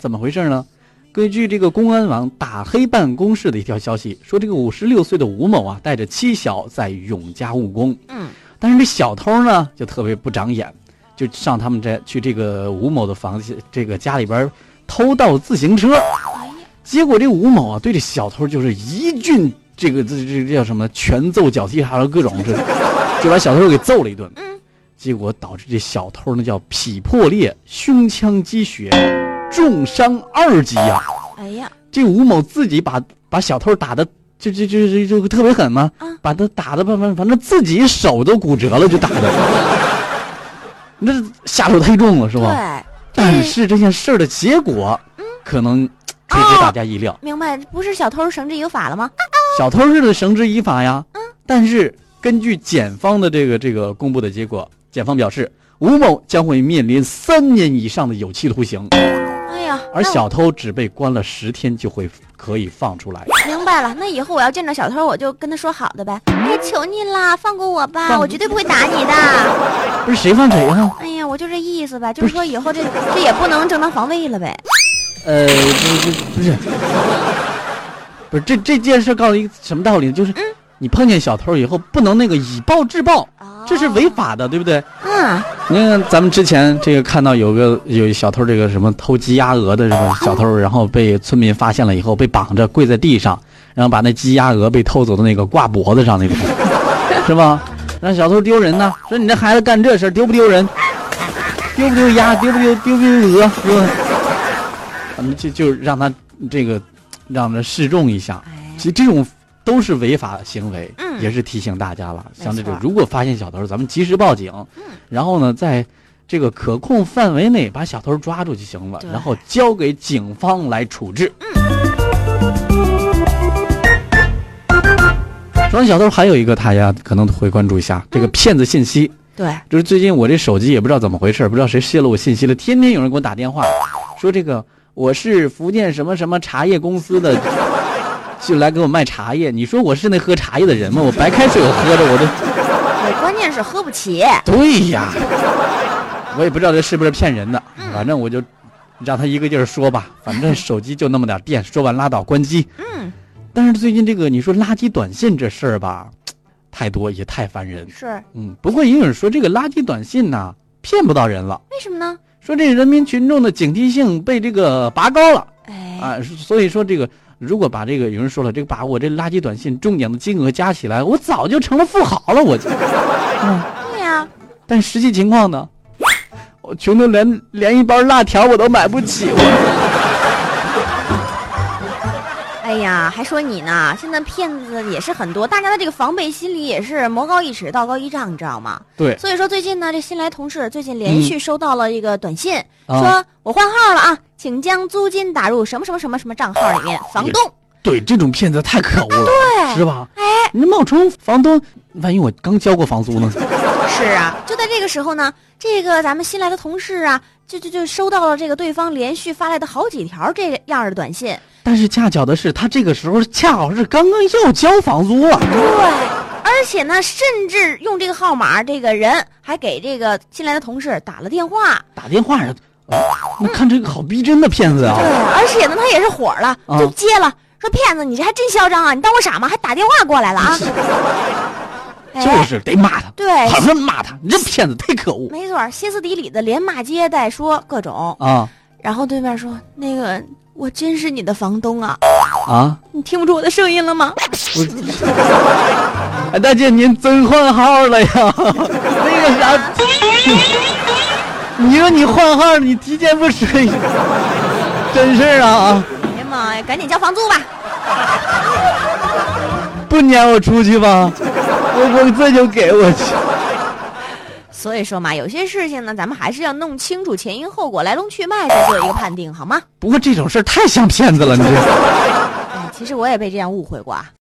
怎么回事呢？根据这个公安网打黑办公室的一条消息说，这个56岁的吴某啊，带着妻小在永嘉务工。但是这小偷呢就特别不长眼，就上他们去这个吴某的房子这个家里边偷盗自行车。结果这吴某啊对这小偷就是一顿这叫什么拳揍脚踢，还有各种就把小偷给揍了一顿。结果导致这小偷呢叫脾破裂，胸腔积血，重伤2级呀！ 哎呀， 这吴某自己把小偷打的就特别狠嘛，把他打的反正自己手都骨折了，就打的，那下手太重了是吧？ 对。 但是这件事的结果，可能出乎大家意料。 明白，不是小偷绳之以法了吗？ 小偷是的绳之以法呀。但是根据检方的这个公布的结果，检方表示吴某将会面临3年以上的有期徒刑。 哎呀， 而小偷只被关了10天就可以放出来。 明白了，那以后我要见着小偷，我就跟他说好的呗。哎，求你啦，放过我吧，我绝对不会打你的。 不是谁放谁啊？ 哎呀，我就这意思呗，就是说以后这也不能正当防卫了呗。 不是这件事告诉一个什么道理？就是你碰见小偷以后不能以暴制暴，这是违法的，对不对？你看咱们之前这个看到有小偷这个什么偷鸡鸭鹅的这个小偷，然后被村民发现了以后被绑着跪在地上，然后把那鸡鸭鹅被偷走的那个挂脖子上那种，是吧？让小偷丢人呢？说你这孩子干这事丢不丢人？丢不丢鸭？丢不丢鹅？是吧？咱们就让他让他示众一下。其实这种都是违法行为，也是提醒大家了。像这种如果发现小偷，咱们及时报警，然后呢，在这个可控范围内把小偷抓住就行了，然后交给警方来处置。说完小偷，还有一个大家可能会关注一下这个骗子信息。 对， 就是最近我这手机也不知道怎么回事，不知道谁泄露我信息了，天天有人给我打电话，说这个我是福建什么什么茶叶公司的。就来给我卖茶叶，你说我是那喝茶叶的人吗？我白开水我喝着我都。 对，关键是喝不起。 对呀，我也不知道这是不是骗人的，反正我就让他一个劲儿说吧，反正手机就那么点电，说完拉倒，关机。但是最近这个你说垃圾短信这事儿吧，太多也太烦人。 是。 不过也有人说这个垃圾短信呢骗不到人了。 为什么呢？ 说这人民群众的警惕性被这个拔高了。所以说这个。如果把这个有人说了，这个把我这垃圾短信中奖的金额加起来，我早就成了富豪了，我就。 对呀。 但实际情况呢，我穷的连一包辣条我都买不起。 哎呀，还说你呢，现在骗子也是很多，大家的这个防备心理也是魔高一尺道高一丈，你知道吗？ 对。 所以说最近呢，这新来同事最近连续收到了一个短信，说我换号了啊，请将租金打入什么什么什么什么账号里面，房东。 对，这种骗子太可恶了， 对， 是吧？你冒充房东，万一我刚交过房租呢？ 是啊，就在这个时候呢，这个咱们新来的同事啊，就收到了这个对方连续发来的好几条这样的短信。 但是恰巧的是，他这个时候恰好是刚刚要交房租了。 对，而且呢，甚至用这个号码，这个人还给这个新来的同事打了电话。 你看这个好逼真的骗子啊！ 对，而且呢，他也是火了，就接了，说骗子，你这还真嚣张啊！你当我傻吗？还打电话过来了啊！ 就是得骂他， 对， 好好骂他，你这骗子太可恶。 没错，歇斯底里的连骂接待说各种啊， 然后对面说那个。我真是你的房东啊！你听不出我的声音了吗？ 大姐，您真换号了呀？那个啥，你说你换号，你提前不说，真事啊！ 哎呀妈呀，赶紧交房租吧！ 不撵我出去吧？我这就给我去。 所以说嘛，有些事情呢，咱们还是要弄清楚前因后果、来龙去脉，再做一个判定，好吗？ 不过这种事太像骗子了，你这。 其实我也被这样误会过啊。